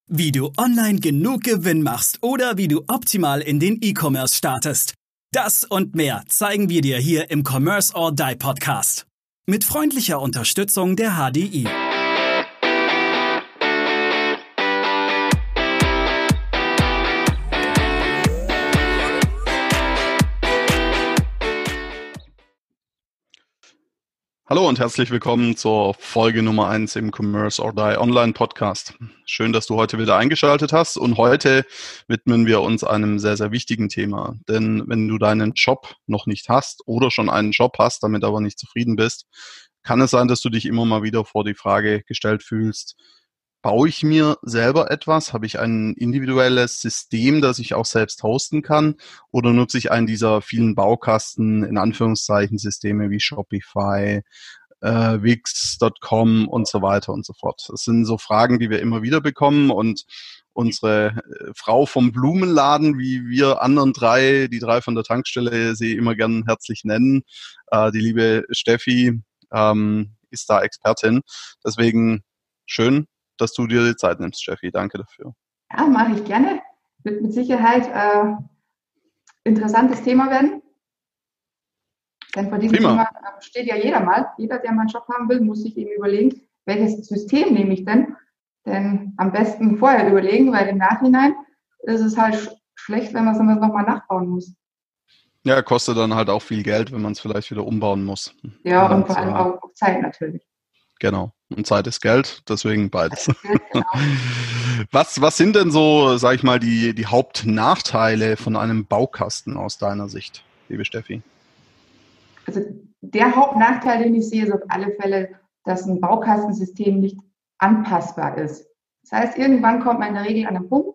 Wie du online genug Gewinn machst oder wie du optimal in den E-Commerce startest. Das und mehr zeigen wir dir hier im Commerce or Die Podcast. Mit freundlicher Unterstützung der HDI. Hallo und herzlich willkommen zur Folge Nummer 1 im Commerce or Die Online Podcast. Schön, dass du heute wieder eingeschaltet hast, und heute widmen wir uns einem sehr, sehr wichtigen Thema. Denn wenn du deinen Job noch nicht hast oder schon einen Job hast, damit aber nicht zufrieden bist, kann es sein, dass du dich immer mal wieder vor die Frage gestellt fühlst: Baue ich mir selber etwas? Habe ich ein individuelles System, das ich auch selbst hosten kann? Oder nutze ich einen dieser vielen Baukasten, in Anführungszeichen, Systeme wie Shopify, Wix.com und so weiter und so fort? Das sind so Fragen, die wir immer wieder bekommen, und unsere Frau vom Blumenladen, wie wir anderen die drei von der Tankstelle sie immer gern herzlich nennen, die liebe Steffi, ist da Expertin. Deswegen schön, dass du dir die Zeit nimmst, Steffi. Danke dafür. Ja, mache ich gerne. Wird mit Sicherheit interessantes Thema werden. Denn vor diesem Thema steht ja jeder mal. Jeder, der mal einen Job haben will, muss sich eben überlegen, welches System nehme ich denn? Denn am besten vorher überlegen, weil im Nachhinein ist es halt schlecht, wenn man es nochmal nachbauen muss. Ja, kostet dann halt auch viel Geld, wenn man es vielleicht wieder umbauen muss. Ja, und vor allem auch Zeit natürlich. Genau. Und Zeit ist Geld, deswegen beides. Genau. Was sind denn so, sag ich mal, die Hauptnachteile von einem Baukasten aus deiner Sicht, liebe Steffi? Also der Hauptnachteil, den ich sehe, ist auf alle Fälle, dass ein Baukastensystem nicht anpassbar ist. Das heißt, irgendwann kommt man in der Regel an einen Punkt,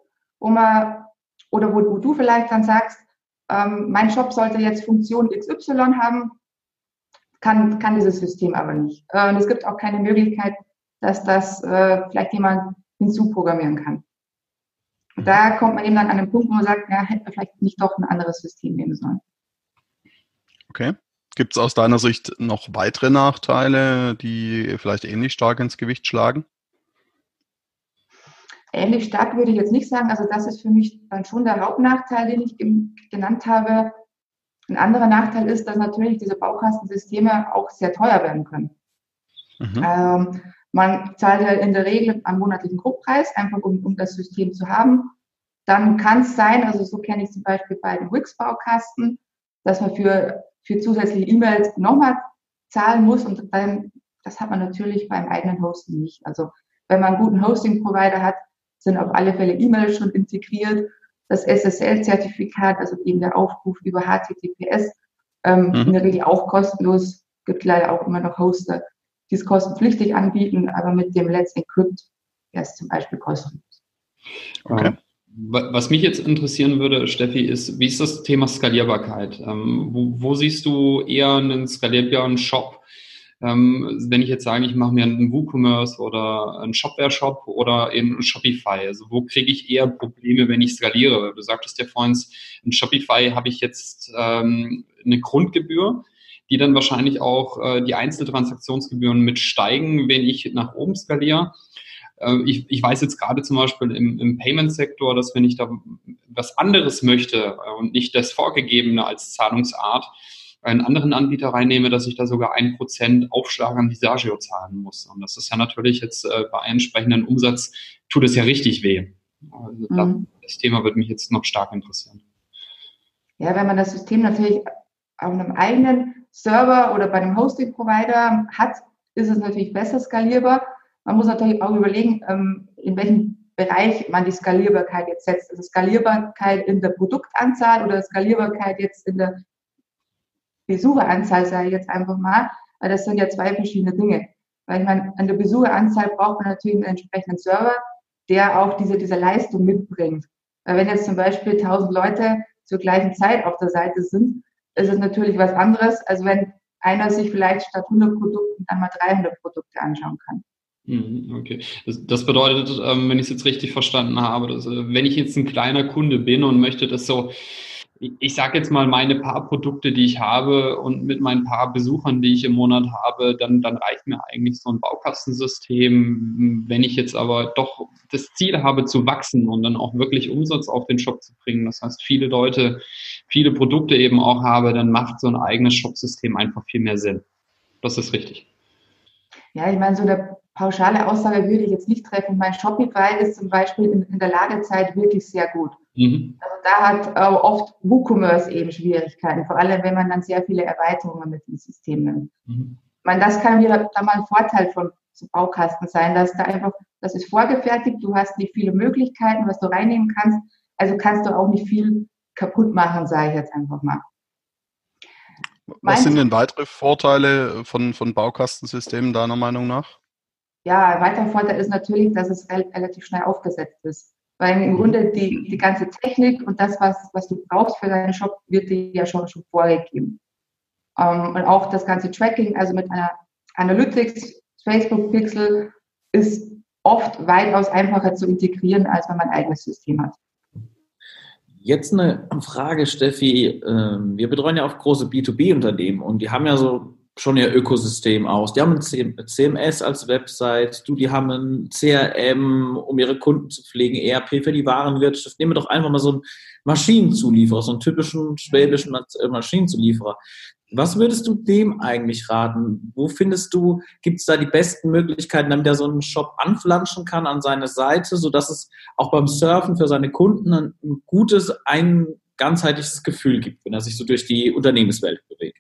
wo du vielleicht dann sagst, mein Shop sollte jetzt Funktion XY haben, kann dieses System aber nicht. Und es gibt auch keine Möglichkeit, dass das vielleicht jemand hinzuprogrammieren kann. Und da kommt man eben dann an den Punkt, wo man sagt, ja, hätte man vielleicht nicht doch ein anderes System nehmen sollen. Okay. Gibt es aus deiner Sicht noch weitere Nachteile, die vielleicht ähnlich stark ins Gewicht schlagen? Ähnlich stark würde ich jetzt nicht sagen. Also das ist für mich dann schon der Hauptnachteil, den ich genannt habe. Ein anderer Nachteil ist, dass natürlich diese Baukastensysteme auch sehr teuer werden können. Mhm. Man zahlt ja in der Regel einen monatlichen Grundpreis, einfach um das System zu haben. Dann kann es sein, also so kenne ich zum Beispiel bei den Wix-Baukasten, dass man für zusätzliche E-Mails nochmal zahlen muss, und dann, das hat man natürlich beim eigenen Hosting nicht. Also wenn man einen guten Hosting-Provider hat, sind auf alle Fälle E-Mails schon integriert. Das SSL-Zertifikat, also eben der Aufruf über HTTPS, in der Regel auch kostenlos. Gibt leider auch immer noch Hoster, die es kostenpflichtig anbieten, aber mit dem Let's Encrypt ist zum Beispiel kostenlos. Okay. Was mich jetzt interessieren würde, Steffi, ist, wie ist das Thema Skalierbarkeit? Wo siehst du eher einen skalierbaren Shop? Wenn ich jetzt sage, ich mache mir einen WooCommerce oder einen Shopware-Shop oder eben Shopify, also wo kriege ich eher Probleme, wenn ich skaliere? Du sagtest ja vorhin, in Shopify habe ich jetzt eine Grundgebühr, die dann wahrscheinlich auch die Einzeltransaktionsgebühren mit steigen, wenn ich nach oben skaliere. Ich weiß jetzt gerade zum Beispiel im Payment-Sektor, dass wenn ich da was anderes möchte und nicht das Vorgegebene als Zahlungsart einen anderen Anbieter reinnehme, dass ich da sogar 1% Aufschlag an Visagio zahlen muss. Und das ist ja natürlich jetzt bei einem entsprechenden Umsatz, tut es ja richtig weh. Also das Thema wird mich jetzt noch stark interessieren. Ja, wenn man das System natürlich auf einem eigenen Server oder bei einem Hosting-Provider hat, ist es natürlich besser skalierbar. Man muss natürlich auch überlegen, in welchem Bereich man die Skalierbarkeit jetzt setzt. Also Skalierbarkeit in der Produktanzahl oder Skalierbarkeit jetzt in der Besucheranzahl, sage ich jetzt einfach mal, weil das sind ja zwei verschiedene Dinge. Weil ich meine, an der Besucheranzahl braucht man natürlich einen entsprechenden Server, der auch diese Leistung mitbringt. Weil wenn jetzt zum Beispiel 1000 Leute zur gleichen Zeit auf der Seite sind, ist es natürlich was anderes, als wenn einer sich vielleicht statt 100 Produkten dann mal 300 Produkte anschauen kann. Okay. Das bedeutet, wenn ich es jetzt richtig verstanden habe, dass, wenn ich jetzt ein kleiner Kunde bin und möchte das so ich sage jetzt mal, meine paar Produkte, die ich habe und mit meinen paar Besuchern, die ich im Monat habe, dann reicht mir eigentlich so ein Baukastensystem. Wenn ich jetzt aber doch das Ziel habe zu wachsen und dann auch wirklich Umsatz auf den Shop zu bringen, das heißt viele Leute, viele Produkte eben auch habe, dann macht so ein eigenes Shopsystem einfach viel mehr Sinn. Das ist richtig. Ja, ich meine, so eine pauschale Aussage würde ich jetzt nicht treffen. Mein Shopify ist zum Beispiel in der Ladezeit wirklich sehr gut. Also da hat oft WooCommerce eben Schwierigkeiten, vor allem wenn man dann sehr viele Erweiterungen mit dem System nimmt. Ich meine, das kann wieder da mal ein Vorteil von so Baukasten sein, dass da einfach, das ist vorgefertigt, du hast nicht viele Möglichkeiten, was du reinnehmen kannst, also kannst du auch nicht viel kaputt machen, sage ich jetzt einfach mal. Was sind denn weitere Vorteile von Baukastensystemen deiner Meinung nach? Ja, ein weiterer Vorteil ist natürlich, dass es relativ schnell aufgesetzt ist. Weil im Grunde die ganze Technik und das, was du brauchst für deinen Shop, wird dir ja schon vorgegeben. Und auch das ganze Tracking, also mit einer Analytics, Facebook Pixel, ist oft weitaus einfacher zu integrieren, als wenn man ein eigenes System hat. Jetzt eine Frage, Steffi. Wir betreuen ja auch große B2B-Unternehmen und die haben ja so schon ihr Ökosystem aus. Die haben ein CMS als Website, die haben ein CRM, um ihre Kunden zu pflegen, ERP für die Warenwirtschaft. Nehmen wir doch einfach mal so einen Maschinenzulieferer, so einen typischen schwäbischen Maschinenzulieferer. Was würdest du dem eigentlich raten? Wo findest du, gibt es da die besten Möglichkeiten, damit er so einen Shop anflanschen kann an seine Seite, sodass es auch beim Surfen für seine Kunden ein gutes, ein ganzheitliches Gefühl gibt, wenn er sich so durch die Unternehmenswelt bewegt?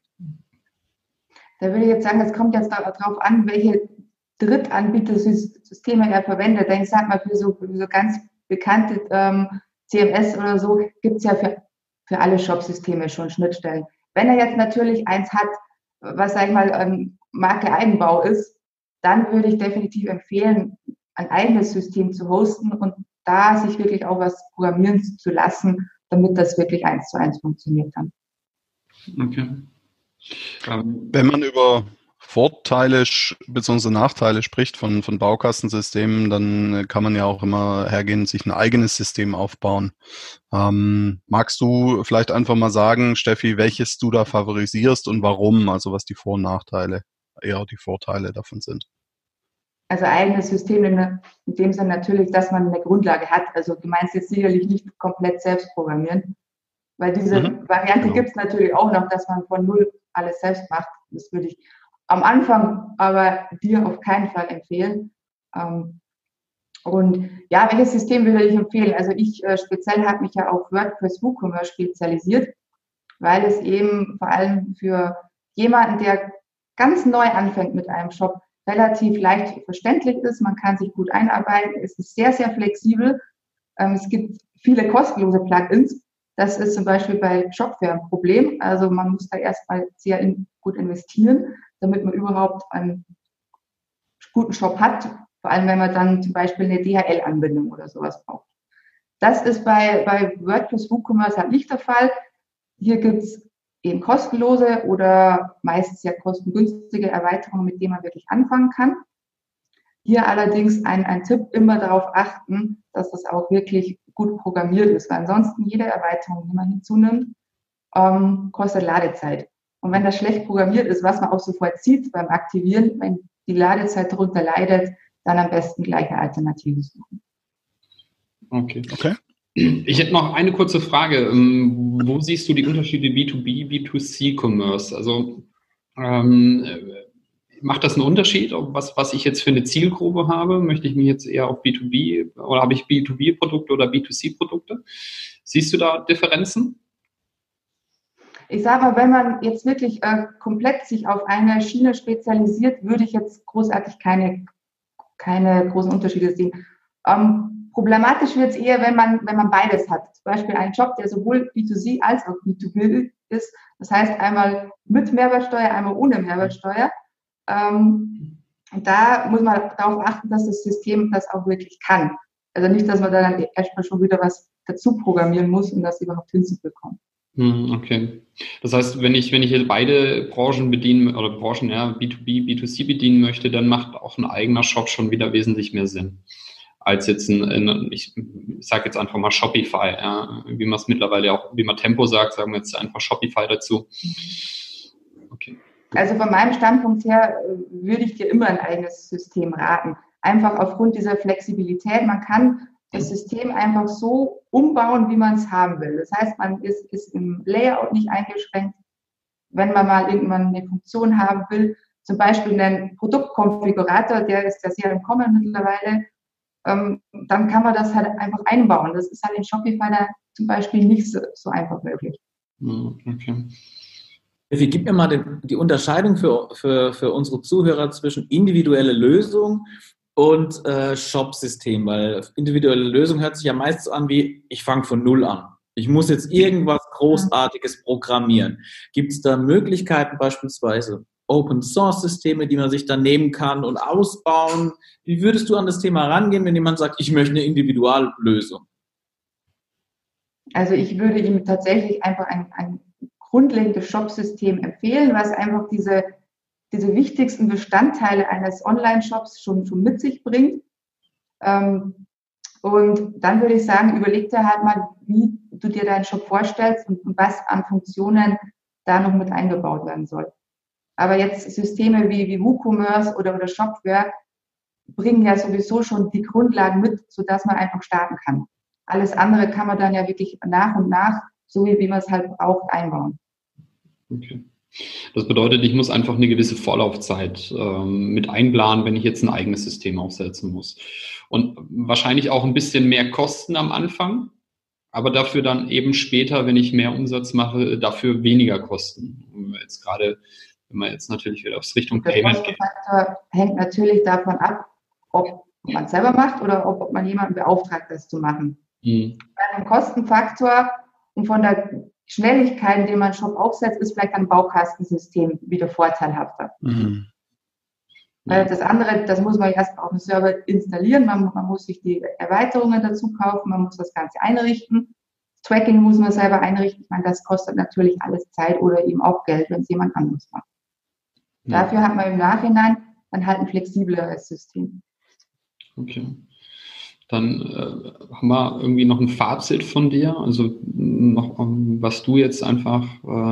Da würde ich jetzt sagen, es kommt jetzt darauf an, welche Drittanbietersysteme er verwendet. Denn ich sage mal, für so ganz bekannte CMS oder so gibt es ja für alle Shopsysteme schon Schnittstellen. Wenn er jetzt natürlich eins hat, was, sag ich mal, Marke Eigenbau ist, dann würde ich definitiv empfehlen, ein eigenes System zu hosten und da sich wirklich auch was programmieren zu lassen, damit das wirklich 1:1 funktioniert dann. Okay. Wenn man über Vorteile bzw. Nachteile spricht von Baukastensystemen, dann kann man ja auch immer hergehen und sich ein eigenes System aufbauen. Magst du vielleicht einfach mal sagen, Steffi, welches du da favorisierst und warum? Also was die Vor- und Nachteile, eher die Vorteile davon sind. Also eigenes System in dem Sinne natürlich, dass man eine Grundlage hat. Also du meinst jetzt sicherlich nicht komplett selbst programmieren, weil diese Variante gibt es natürlich auch noch, dass man von null alles selbst macht. Das würde ich am Anfang aber dir auf keinen Fall empfehlen. Und ja, welches System würde ich empfehlen? Also ich speziell habe mich ja auf WordPress WooCommerce spezialisiert, weil es eben vor allem für jemanden, der ganz neu anfängt mit einem Shop, relativ leicht verständlich ist. Man kann sich gut einarbeiten. Es ist sehr, sehr flexibel. Es gibt viele kostenlose Plugins. Das ist zum Beispiel bei Shopware ein Problem. Also man muss da erstmal sehr gut investieren, damit man überhaupt einen guten Shop hat. Vor allem, wenn man dann zum Beispiel eine DHL-Anbindung oder sowas braucht. Das ist bei WordPress WooCommerce halt nicht der Fall. Hier gibt es eben kostenlose oder meistens ja kostengünstige Erweiterungen, mit denen man wirklich anfangen kann. Hier allerdings ein Tipp, immer darauf achten, dass das auch wirklich gut programmiert ist, weil ansonsten jede Erweiterung, die man hinzunimmt, kostet Ladezeit. Und wenn das schlecht programmiert ist, was man auch sofort sieht beim Aktivieren, wenn die Ladezeit darunter leidet, dann am besten gleich eine Alternative suchen. Okay. Ich hätte noch eine kurze Frage. Wo siehst du die Unterschiede B2B, B2C-Commerce? Also macht das einen Unterschied, was ich jetzt für eine Zielgruppe habe? Möchte ich mich jetzt eher auf B2B oder habe ich B2B-Produkte oder B2C-Produkte? Siehst du da Differenzen? Ich sage mal, wenn man jetzt wirklich komplett sich auf eine Schiene spezialisiert, würde ich jetzt großartig keine großen Unterschiede sehen. Problematisch wird es eher, wenn man beides hat. Zum Beispiel einen Job, der sowohl B2C als auch B2B ist. Das heißt, einmal mit Mehrwertsteuer, einmal ohne Mehrwertsteuer. Und da muss man darauf achten, dass das System das auch wirklich kann. Also nicht, dass man dann erstmal schon wieder was dazu programmieren muss, um das überhaupt hinzubekommen. Okay. Das heißt, wenn ich jetzt beide Branchen bedienen oder Branchen, ja, B2B, B2C bedienen möchte, dann macht auch ein eigener Shop schon wieder wesentlich mehr Sinn. Als jetzt ich sage jetzt einfach mal Shopify, ja, wie man es mittlerweile auch, wie man Tempo sagt, sagen wir jetzt einfach Shopify dazu. Okay. Also von meinem Standpunkt her würde ich dir immer ein eigenes System raten. Einfach aufgrund dieser Flexibilität. Man kann das System einfach so umbauen, wie man es haben will. Das heißt, man ist im Layout nicht eingeschränkt. Wenn man mal irgendwann eine Funktion haben will, zum Beispiel einen Produktkonfigurator, der ist ja sehr im Kommen mittlerweile, dann kann man das halt einfach einbauen. Das ist halt in Shopify da zum Beispiel nicht so einfach möglich. Okay. Gib mir mal die Unterscheidung für unsere Zuhörer zwischen individuelle Lösung und Shop-System, weil individuelle Lösung hört sich ja meist so an wie, ich fange von Null an. Ich muss jetzt irgendwas Großartiges programmieren. Gibt es da Möglichkeiten, beispielsweise Open-Source-Systeme, die man sich dann nehmen kann und ausbauen? Wie würdest du an das Thema rangehen, wenn jemand sagt, ich möchte eine Individuallösung? Also ich würde ihm tatsächlich einfach ein grundlegendes Shop-System empfehlen, was einfach diese wichtigsten Bestandteile eines Online-Shops schon mit sich bringt. Und dann würde ich sagen, überleg dir halt mal, wie du dir deinen Shop vorstellst und was an Funktionen da noch mit eingebaut werden soll. Aber jetzt Systeme wie WooCommerce oder Shopware bringen ja sowieso schon die Grundlagen mit, sodass man einfach starten kann. Alles andere kann man dann ja wirklich nach und nach, so wie man es halt braucht, einbauen. Okay. Das bedeutet, ich muss einfach eine gewisse Vorlaufzeit mit einplanen, wenn ich jetzt ein eigenes System aufsetzen muss. Und wahrscheinlich auch ein bisschen mehr Kosten am Anfang, aber dafür dann eben später, wenn ich mehr Umsatz mache, dafür weniger Kosten. Jetzt gerade, wenn man jetzt natürlich wieder aufs Richtung Payment geht. Der Kostenfaktor hängt natürlich davon ab, ob man es selber macht oder ob man jemanden beauftragt, das zu machen. Bei dem Kostenfaktor und von der Schnelligkeit, in der man einen Shop aufsetzt, ist vielleicht ein Baukastensystem wieder vorteilhafter. Das andere, das muss man erst auf dem Server installieren. Man muss sich die Erweiterungen dazu kaufen, man muss das Ganze einrichten. Das Tracking muss man selber einrichten. Ich meine, das kostet natürlich alles Zeit oder eben auch Geld, wenn es jemand anderes macht. Dafür hat man im Nachhinein dann halt ein flexibleres System. Okay. Dann haben wir irgendwie noch ein Fazit von dir, also noch, was du jetzt einfach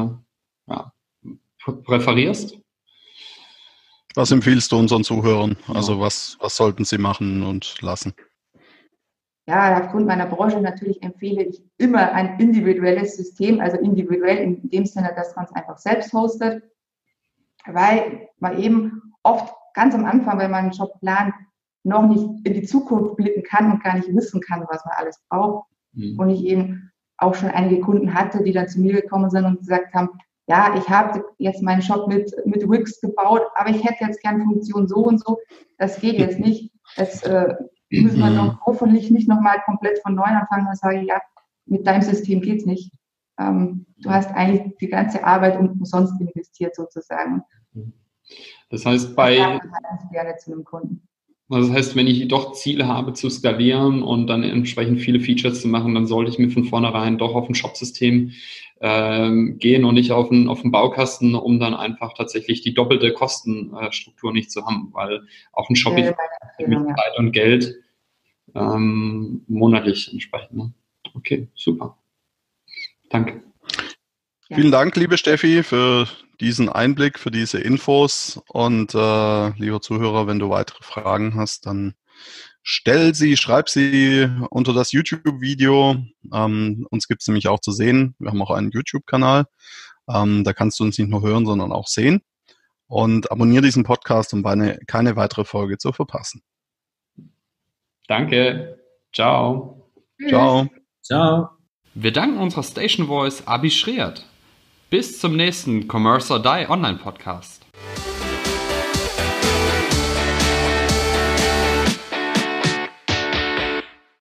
präferierst. Was empfiehlst du unseren Zuhörern? Also was sollten sie machen und lassen? Ja, aufgrund meiner Branche natürlich empfehle ich immer ein individuelles System, also individuell in dem Sinne, dass man es einfach selbst hostet, weil man eben oft ganz am Anfang, wenn man einen Shop plant, noch nicht in die Zukunft blicken kann und gar nicht wissen kann, was man alles braucht. Und ich eben auch schon einige Kunden hatte, die dann zu mir gekommen sind und gesagt haben, ja, ich habe jetzt meinen Shop mit Wix gebaut, aber ich hätte jetzt gern Funktion so und so. Das geht jetzt nicht. Das müssen wir doch hoffentlich nicht nochmal komplett von neu anfangen und sagen, ja, mit deinem System geht's nicht. Du hast eigentlich die ganze Arbeit umsonst investiert sozusagen. Das heißt, gerne zu einem Kunden. Also das heißt, wenn ich doch Ziele habe zu skalieren und dann entsprechend viele Features zu machen, dann sollte ich mir von vornherein doch auf ein Shop-System gehen und nicht auf einen Baukasten, um dann einfach tatsächlich die doppelte Kostenstruktur nicht zu haben, weil auch ein Shop mit Zeit und Geld monatlich entsprechend. Ne? Okay, super. Danke. Ja. Vielen Dank, liebe Steffi, für diesen Einblick, für diese Infos. Und lieber Zuhörer, wenn du weitere Fragen hast, dann schreib sie unter das YouTube-Video. Uns gibt es nämlich auch zu sehen. Wir haben auch einen YouTube-Kanal. Da kannst du uns nicht nur hören, sondern auch sehen. Und abonniere diesen Podcast, um keine weitere Folge zu verpassen. Danke. Ciao. Ciao. Ciao. Wir danken unserer Station Voice Abi Schreert. Bis zum nächsten Commerce or Die Online Podcast.